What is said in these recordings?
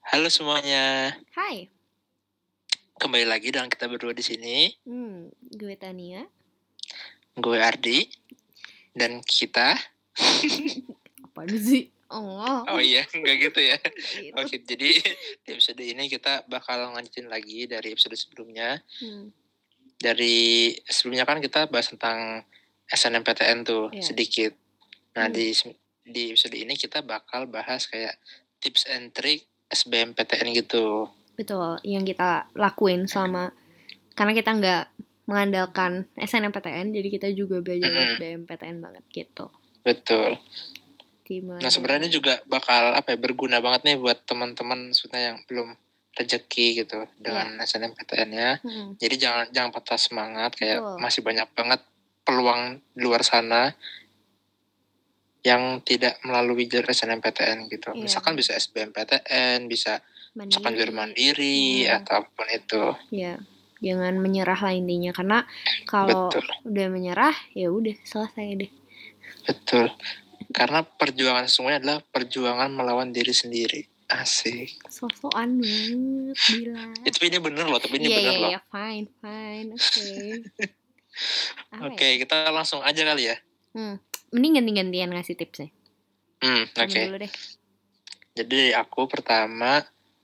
Halo semuanya, Hai, kembali lagi dengan kita berdua di sini. gue Tania. Gue Ardi dan kita. Apaan sih? Oh, Oh iya, nggak gitu ya. nggak gitu. Oke, jadi di episode ini kita bakal lanjutin lagi dari episode sebelumnya. Hmm, Dari sebelumnya kan kita bahas tentang SNMPTN tuh ya. sedikit. Nah, Hmm, di episode ini kita bakal bahas kayak tips and trick SBMPTN gitu. betul. Yang kita lakuin karena kita nggak mengandalkan SNMPTN, jadi kita juga belajar SBMPTN banget gitu. Betul. Gimana? Nah, sebenarnya juga bakal berguna banget nih buat teman-teman maksudnya yang belum rezeki gitu dengan SNMPTN-nya. Jadi jangan patah semangat, kayak Betul. masih banyak banget peluang di luar sana yang tidak melalui jalur SNMPTN gitu. Misalkan bisa SBMPTN, bisa misalkan jalur mandiri atau apapun itu. Ya, jangan menyerah lah intinya, karena kalau udah menyerah ya udah selesai deh. Betul. Karena perjuangan sesungguhnya adalah perjuangan melawan diri sendiri. Asik. So-soan banget, gila. Itu ini bener loh, tapi ini bener loh. Iya, fine, oke. Oke, kita langsung aja kali ya. Mending ganti-gantian ngasih tipsnya. Oke. Dulu deh. Jadi aku pertama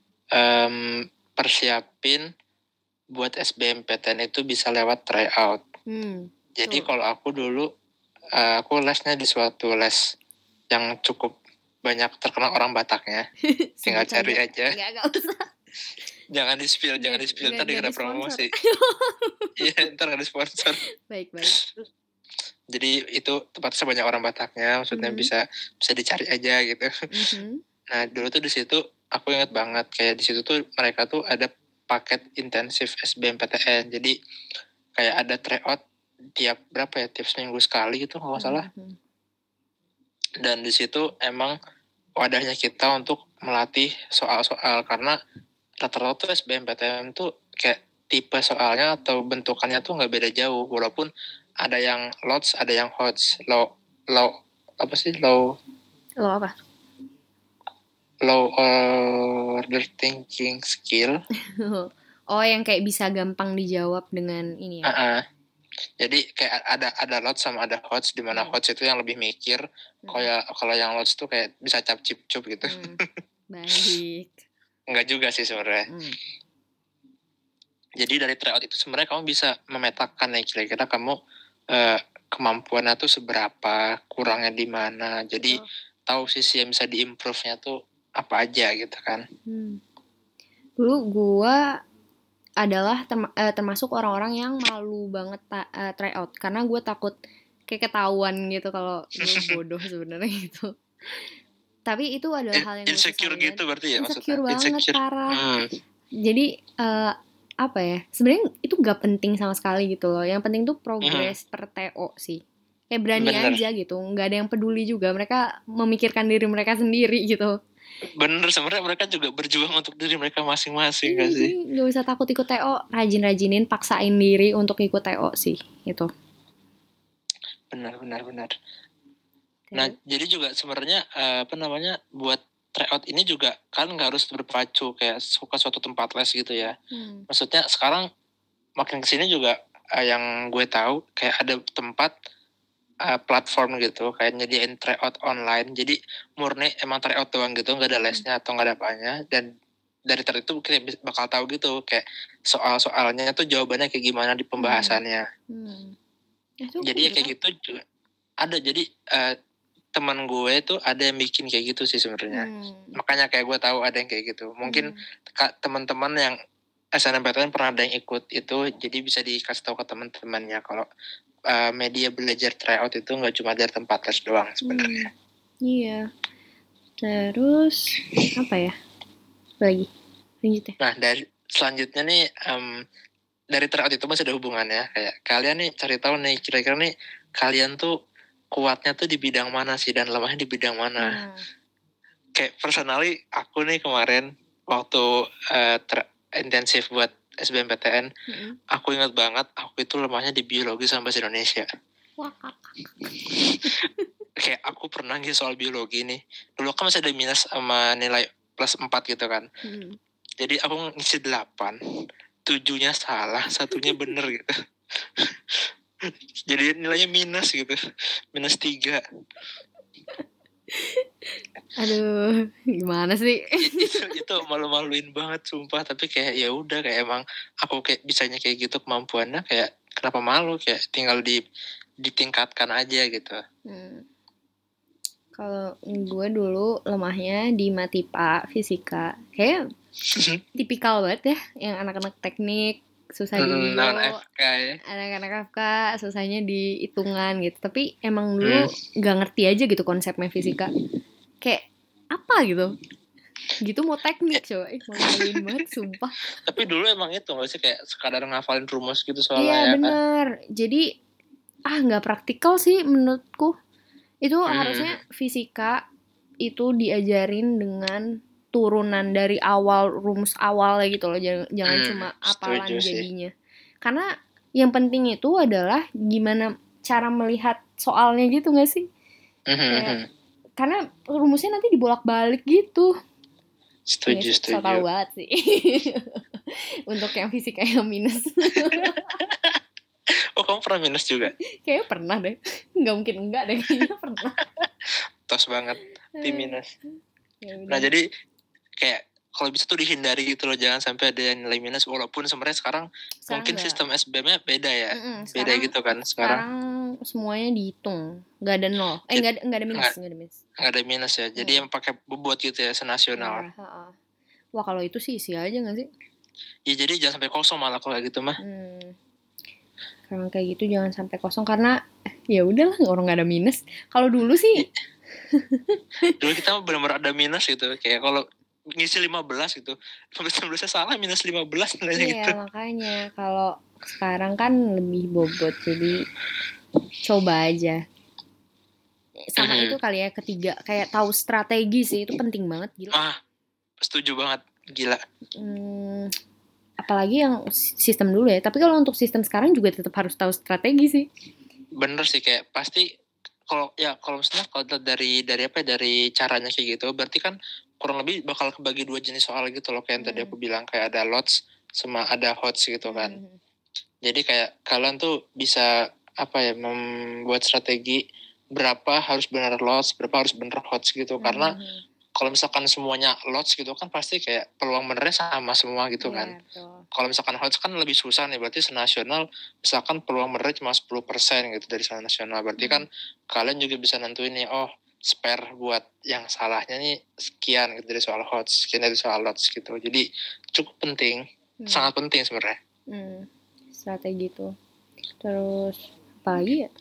persiapin buat SBMPTN itu bisa lewat tryout. Jadi kalau aku dulu aku lesnya di suatu les yang cukup banyak terkenal orang Bataknya. Tinggal cari aja. Gak usah. Jangan di-spill, ntar dikira promosi. Iya, ntar gak ada sponsor. Baik. Jadi itu tempatnya banyak orang Bataknya, maksudnya bisa dicari aja gitu. Nah, dulu tuh di situ aku ingat banget kayak di situ tuh mereka tuh ada paket intensif SBMPTN. Jadi kayak ada tryout tiap seminggu sekali gitu kalau nggak salah. Dan di situ emang wadahnya kita untuk melatih soal-soal, karena rata-rata tuh SBMPTN tuh kayak tipe soalnya atau bentukannya tuh nggak beda jauh, walaupun ada yang lots, ada yang HOTS. Low apa? Low order thinking skill. Oh, yang kayak bisa gampang dijawab dengan ini ya. Jadi kayak ada lots sama ada HOTS, di mana HOTS itu yang lebih mikir, kalau yang lots tuh kayak bisa cap cip cup gitu. Baik. Enggak juga sih sebenarnya. Jadi dari tryout itu sebenarnya kamu bisa memetakan nih kira-kira kamu kemampuannya tuh seberapa, kurangnya di mana. Jadi tahu sisi yang bisa diimprove-nya tuh apa aja gitu kan. Dulu gue adalah termasuk orang-orang yang malu banget tryout, karena gue takut kayak ketahuan gitu kalau gue bodoh sebenarnya gitu. Tapi itu adalah hal yang insecure gitu berarti ya maksudnya. Insecure banget, parah. Jadi apa ya, sebenarnya itu gak penting sama sekali gitu loh. Yang penting tuh progres per TO sih. Kayak berani aja gitu, gak ada yang peduli juga. Mereka memikirkan diri mereka sendiri gitu. Bener, sebenarnya mereka juga berjuang untuk diri mereka masing-masing gak sih? Jadi gak usah takut ikut TO, rajin-rajinin, paksain diri untuk ikut TO sih gitu. Benar. Nah, jadi juga sebenarnya buat tryout ini juga kan nggak harus berpacu kayak suka suatu tempat les gitu ya. Maksudnya sekarang makin kesini juga yang gue tahu kayak ada tempat platform gitu kayak nyediain tryout online. Jadi murni emang tryout doang gitu, nggak ada lesnya atau nggak ada apanya. Dan dari tryout itu kita bakal tahu gitu kayak soal-soalnya tuh jawabannya kayak gimana di pembahasannya. Jadi ya kayak gitu juga ada. Jadi teman gue tuh ada yang bikin kayak gitu sih sebenarnya. Makanya kayak gue tahu ada yang kayak gitu. Mungkin teman-teman yang SNMPTN pernah ada yang ikut itu, jadi bisa dikasih tahu ke teman-temannya kalau media belajar tryout itu nggak cuma dari tempat les doang sebenarnya. Iya. Terus apa ya? Lagi lanjut ya. Nah, dari selanjutnya nih dari tryout itu masih ada hubungannya. Kayak kalian nih cari tahu nih kira-kira nih kalian tuh kuatnya tuh di bidang mana sih dan lemahnya di bidang mana. Kayak personally aku nih kemarin waktu intensif buat SBMPTN, aku ingat banget aku itu lemahnya di biologi sama bahasa Indonesia. Kayak aku pernah gitu soal biologi nih. Dulu kan masih ada minus sama nilai plus 4 gitu kan. Jadi aku ngisi 8, 7-nya salah, 1-nya bener gitu. Jadi nilainya minus gitu, minus 3. Aduh, gimana sih? itu malu-maluin banget sumpah, tapi kayak ya udah, kayak emang aku kayak bisanya kayak gitu, kemampuannya kayak kenapa malu, kayak tinggal ditingkatkan aja gitu. Kalau gue dulu lemahnya di Matipa fisika, kayak tipikal banget ya, yang anak-anak teknik susah di bio, FK ya. anak-anak FK susahnya di hitungan gitu. Tapi emang dulu nggak ngerti aja gitu konsepnya fisika, kayak apa gitu mau teknik coba, malu-maluin banget sumpah. Tapi dulu emang itu nggak sih, kayak sekadar ngafalin rumus gitu soalnya. Iya ya bener kan? Jadi nggak praktikal sih menurutku. Itu harusnya fisika itu diajarin dengan turunan dari awal, rumus awal gitu loh, jangan cuma hafalan jadinya. Karena yang penting itu adalah gimana cara melihat soalnya gitu gak sih? Karena rumusnya nanti dibolak-balik gitu. Setuju. So tau banget sih. Untuk yang fisika yang minus. Oh, kamu pernah minus juga? Kayaknya pernah deh. Nggak mungkin enggak deh, kayaknya pernah. Tos banget tim minus. Nah jadi kayak kalau bisa tuh dihindari gitu loh, jangan sampai ada nilai minus. Walaupun sebenarnya sekarang mungkin enggak. Sistem SBM-nya beda ya, beda gitu kan sekarang semuanya dihitung, nggak ada nol, nggak ada minus, nggak ada minus ya. Jadi yang pakai bobot gitu ya, senasional. Wah kalau itu sih isi aja nggak sih? Ya jadi jangan sampai kosong malah kalau gitu mah. Kalau kayak gitu jangan sampai kosong, karena ya udahlah, orang nggak ada minus. Kalau dulu sih dulu kita benar-benar ada minus gitu, kayak kalau ngisi 15 gitu, 15-nya salah, minus 15 nilainya gitu. Iya makanya kalau sekarang kan lebih bobot, jadi coba aja. Sama itu kali ya, ketiga, kayak tahu strategi sih, itu penting banget, gila. Setuju banget, gila. Apalagi yang sistem dulu ya, tapi kalau untuk sistem sekarang juga tetap harus tahu strategi sih. Bener sih, kayak pasti kalau misalnya kalau dari caranya kayak gitu, berarti kan kurang lebih bakal kebagi 2 jenis soal gitu loh, kayak yang tadi aku bilang, kayak ada lots sama ada HOTS gitu kan. Jadi kayak kalian tuh bisa membuat strategi berapa harus benar lots, berapa harus benar HOTS gitu. Karena kalau misalkan semuanya lots gitu kan pasti kayak peluang benernya sama semua gitu kan. Kalau misalkan HOTS kan lebih susah nih, berarti senasional misalkan peluang benernya cuma 10% gitu dari nasional. Berarti kan kalian juga bisa nentuin nih, spare buat yang salahnya nih sekian gitu dari soal HOTS, sekian dari soal lots gitu. Jadi cukup penting, sangat penting sebenarnya. Strategi itu. Terus apa lagi ya?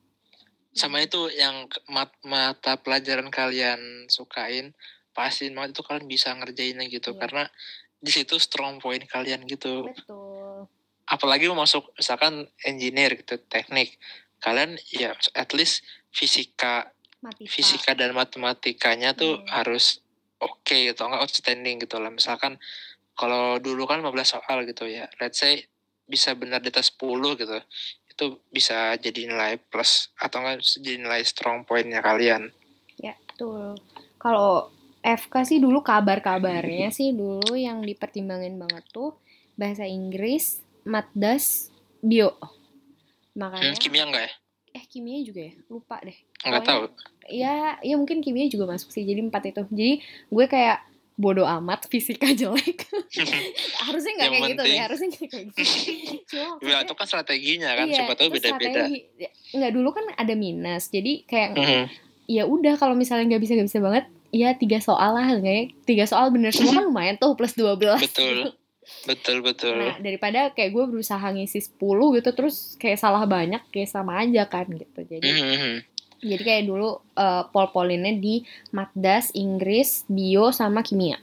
Sama itu yang mata pelajaran kalian sukain, pastiin banget itu kalian bisa ngerjainnya gitu. Karena di situ strong point kalian gitu. Betul. Apalagi mau masuk misalkan engineer gitu, teknik, kalian ya at least fisika dan matematikanya tuh harus oke gitu, nggak outstanding gitu lah. Misalkan kalau dulu kan 15 soal gitu ya, let's say bisa benar di atas 10 gitu, itu bisa jadi nilai plus atau enggak jadi nilai strong point-nya kalian. Ya betul. Kalau FK sih dulu kabarnya sih dulu yang dipertimbangin banget tuh bahasa Inggris, Matdas, Bio. Makanya kimia enggak ya? Kimia juga ya? Lupa deh. Enggak tahu. Ya mungkin kimia juga masuk sih. Jadi 4 itu. Jadi gue kayak bodo amat fisika jelek. Harusnya nggak kayak gitu deh. Harusnya nggak kayak gitu. Ya itu kan strateginya kan. Siapa tahu beda-beda. Nggak, dulu kan ada minus. Jadi kayak ya udah kalau misalnya nggak bisa banget, ya 3 soal lah. Kayak 3 soal bener semua kan lumayan tuh, plus 12. Betul. Nah daripada kayak gue berusaha ngisi 10 gitu terus kayak salah banyak, kayak sama aja kan gitu. Jadi kayak dulu pol-polinnya di Matdas, Inggris, Bio, sama Kimia.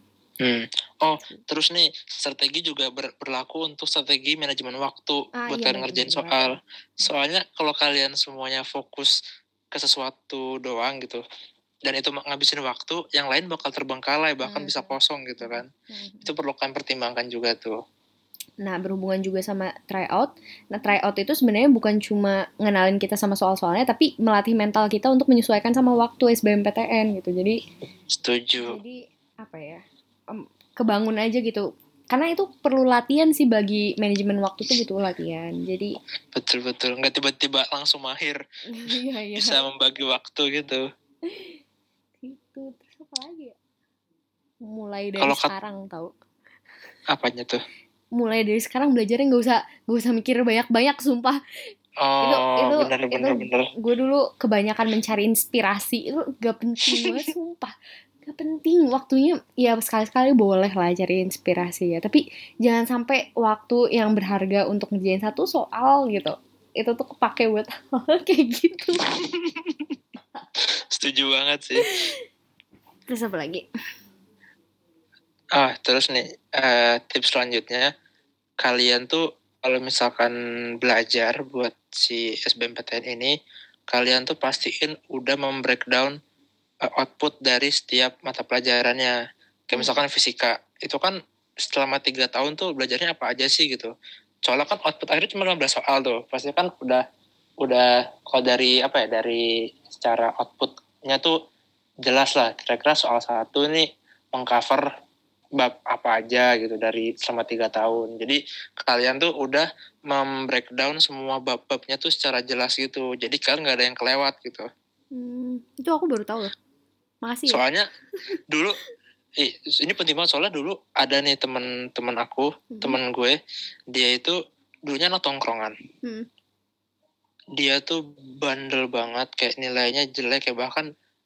Terus nih strategi juga berlaku untuk strategi manajemen waktu buat kalian ngerjain soal. Soalnya kalau kalian semuanya fokus ke sesuatu doang gitu, dan itu ngabisin waktu, yang lain bakal terbengkalai, bahkan bisa kosong gitu kan. Itu perlu kalian pertimbangkan juga tuh. Nah, berhubungan juga sama tryout. Nah, tryout itu sebenarnya bukan cuma ngenalin kita sama soal-soalnya, tapi melatih mental kita untuk menyesuaikan sama waktu SBMPTN gitu. Jadi setuju. Jadi apa ya, kebangun aja gitu. Karena itu perlu latihan sih, bagi manajemen waktu tuh butuh latihan. Jadi betul nggak tiba-tiba langsung mahir iya bisa membagi waktu gitu. Gitu. Terus apa lagi ya? Mulai dari Kalau sekarang tahu. apanya tuh? Mulai dari sekarang belajarnya nggak usah mikir banyak sumpah. Oh, Itu bener. gue dulu kebanyakan mencari inspirasi, itu gak penting banget sumpah. Gak penting waktunya, ya sekali-sekali boleh lah cari inspirasi ya, tapi jangan sampai waktu yang berharga untuk ngerjain satu soal gitu itu tuh kepake buat hal kayak gitu. Setuju banget sih. Terus apa lagi? Terus nih tips selanjutnya, kalian tuh kalau misalkan belajar buat si SBMPTN ini, kalian tuh pastiin udah membreakdown output dari setiap mata pelajarannya. Kayak misalkan fisika, itu kan selama 3 tahun tuh belajarnya apa aja sih gitu. Soalnya kan output akhirnya cuma 15 soal tuh. Pasti kan udah kalau dari apa ya, dari secara outputnya tuh jelas lah kira-kira soal satu nih mengcover bab apa aja gitu dari selama 3 tahun. Jadi kalian tuh udah membreakdown semua bab-babnya tuh secara jelas gitu. Jadi kalian nggak ada yang kelewat gitu. Itu aku baru tahu loh. Makasih ya. Soalnya dulu ini penting banget, soalnya dulu ada nih teman aku, teman gue, dia itu dulunya anak tongkrongan. Dia tuh bandel banget, kayak nilainya jelek, kayak bahkan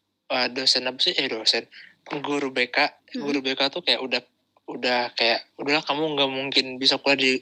guru BK tuh kayak udah kayak udahlah kamu nggak mungkin bisa kuliah di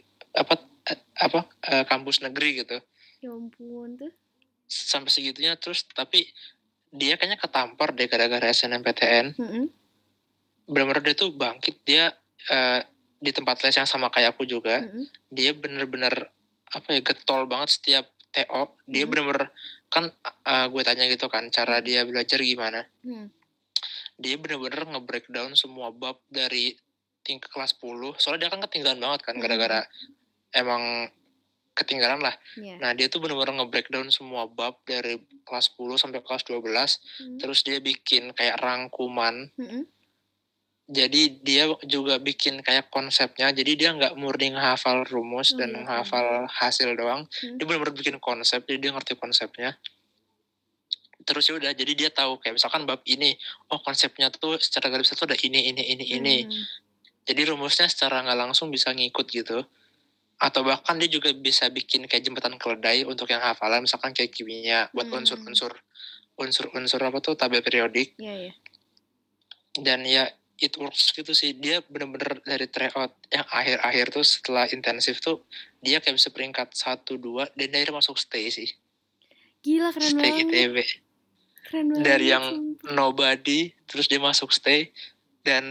kampus negeri gitu. Ya ampun tuh. Sampai segitunya. Terus tapi dia kayaknya ketampar deh gara-gara SNMPTN. Benar-benar dia tuh bangkit. Dia di tempat les yang sama kayak aku juga. Dia bener-bener getol banget setiap TO. Dia bener-bener kan gue tanya gitu kan cara dia belajar gimana. Dia bener-bener nge-breakdown semua bab dari tingkat kelas 10. Soalnya dia kan ketinggalan banget kan gara-gara emang ketinggalan lah. Nah dia tuh bener-bener nge-breakdown semua bab dari kelas 10 sampai kelas 12. Terus dia bikin kayak rangkuman. Jadi dia juga bikin kayak konsepnya. Jadi dia nggak murni menghafal rumus dan menghafal hasil doang. Dia benar-benar bikin konsep. Jadi dia ngerti konsepnya. Terus ya udah, jadi dia tahu kayak misalkan bab ini, konsepnya tuh secara garis besar tuh ada ini. Jadi rumusnya secara nggak langsung bisa ngikut gitu. Atau bahkan dia juga bisa bikin kayak jembatan keledai untuk yang hafalan, misalkan kayak kimia buat unsur-unsur apa tuh tabel periodik. Dan ya it works gitu sih. Dia bener-bener dari tryout yang akhir-akhir tuh setelah intensif tuh dia kayak bisa peringkat 1-2 dan dari masuk stay sih. Gila, keren stay banget. ITB. Keren banget. Dari yang nobody terus dia masuk stay. Dan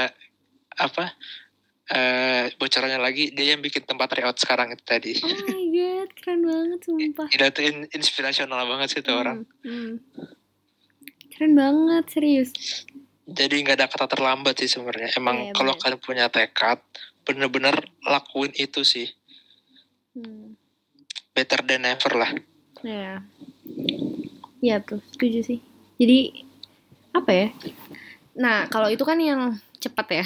bocorannya lagi dia yang bikin tempat tryout sekarang itu tadi. Oh my god, keren banget sumpah. Gila tuh inspirasional banget sih tuh orang. Keren banget, serius. Jadi nggak ada kata terlambat sih sebenarnya. Emang kalau kalian punya tekad, bener-bener lakuin itu sih. Better than ever lah. Iya tuh, setuju sih. Jadi apa ya? Nah kalau itu kan yang cepat ya.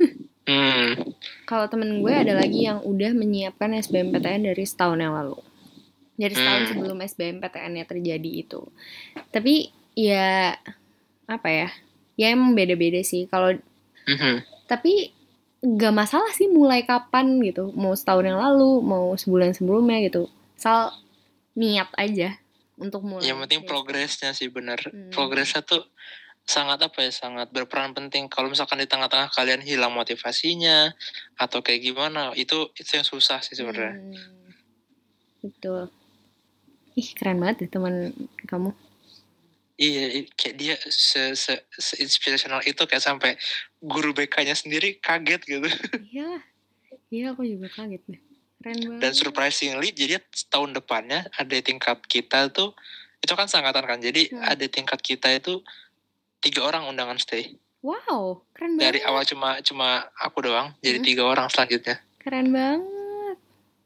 Kalau temen gue ada lagi yang udah menyiapkan SBMPTN dari setahun yang lalu. Dari setahun sebelum SBMPTN-nya terjadi itu. Tapi ya apa ya? Ya emang beda-beda sih. Kalau tapi gak masalah sih mulai kapan gitu. Mau setahun yang lalu, mau sebulan sebelumnya gitu. Asal niat aja untuk mulai. Yang penting progresnya sih benar. Progresnya tuh sangat sangat berperan penting. Kalau misalkan di tengah-tengah kalian hilang motivasinya atau kayak gimana, itu yang susah sih sebenarnya. Betul. Ih, keren banget deh teman kamu. Iya, kayak dia se-inspirational itu, kayak sampai guru BK-nya sendiri kaget gitu. Iya, aku juga kaget deh. Keren banget. Dan surprisingly, jadi tahun depannya ada tingkat kita tuh, itu kan seangkatan kan, jadi ada tingkat kita itu 3 orang undangan stay. Wow, keren banget. Dari awal cuma aku doang, jadi 3 orang selanjutnya. Keren banget.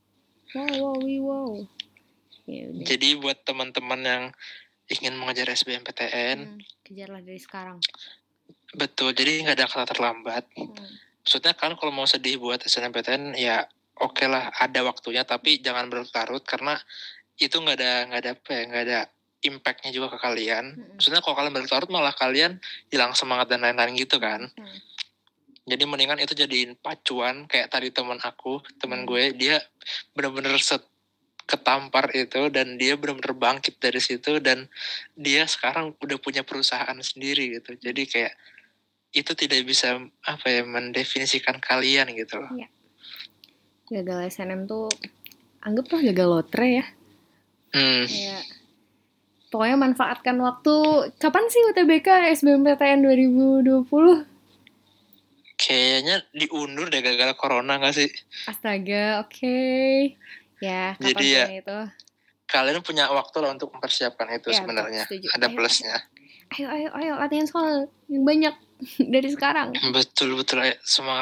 Wow. Yaudah. Jadi buat teman-teman yang ingin mengejar SBMPTN, kejarlah dari sekarang. Betul, jadi nggak ada kata terlambat. Maksudnya kan kalau mau sedih buat SNMPTN ya oke lah, ada waktunya, tapi jangan berlarut karena itu nggak ada impactnya juga ke kalian. Maksudnya kalau kalian berlarut malah kalian hilang semangat dan lain-lain gitu kan. Jadi mendingan itu jadiin pacuan. Kayak tadi temen gue, dia bener-bener ketampar itu dan dia benar-benar bangkit dari situ dan dia sekarang udah punya perusahaan sendiri gitu. Jadi kayak itu tidak bisa mendefinisikan kalian gitu loh. Iya. Gagal SNM tuh anggaplah gagal lotre ya. Ya. Pokoknya manfaatkan waktu. Kapan sih UTBK SBMPTN 2020? Kayaknya diundur deh gara-gara corona gak sih? Astaga, oke. Ya, kapan jadi ya itu? Kalian punya waktu lah untuk mempersiapkan itu ya, sebenarnya. Ada plusnya. Ayo latihan soal yang banyak dari sekarang. Betul. Ayo, semangat.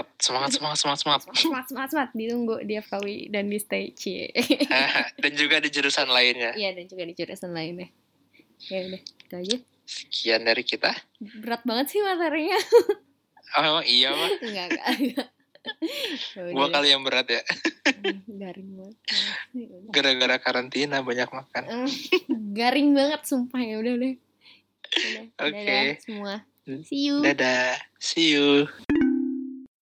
Ditunggu di FKW dan di stage. Dan juga di jurusan lainnya. Iya, dan juga di jurusan lainnya. Ya udah, itu aja. Sekian dari kita. Berat banget sih materinya. Oh, emang iya mah? Enggak. Gua kali yang berat ya. Garing banget. Gara-gara karantina banyak makan. Garing banget sumpah, ya udah deh. Oke. Dadah semua. See you. Dadah. See you.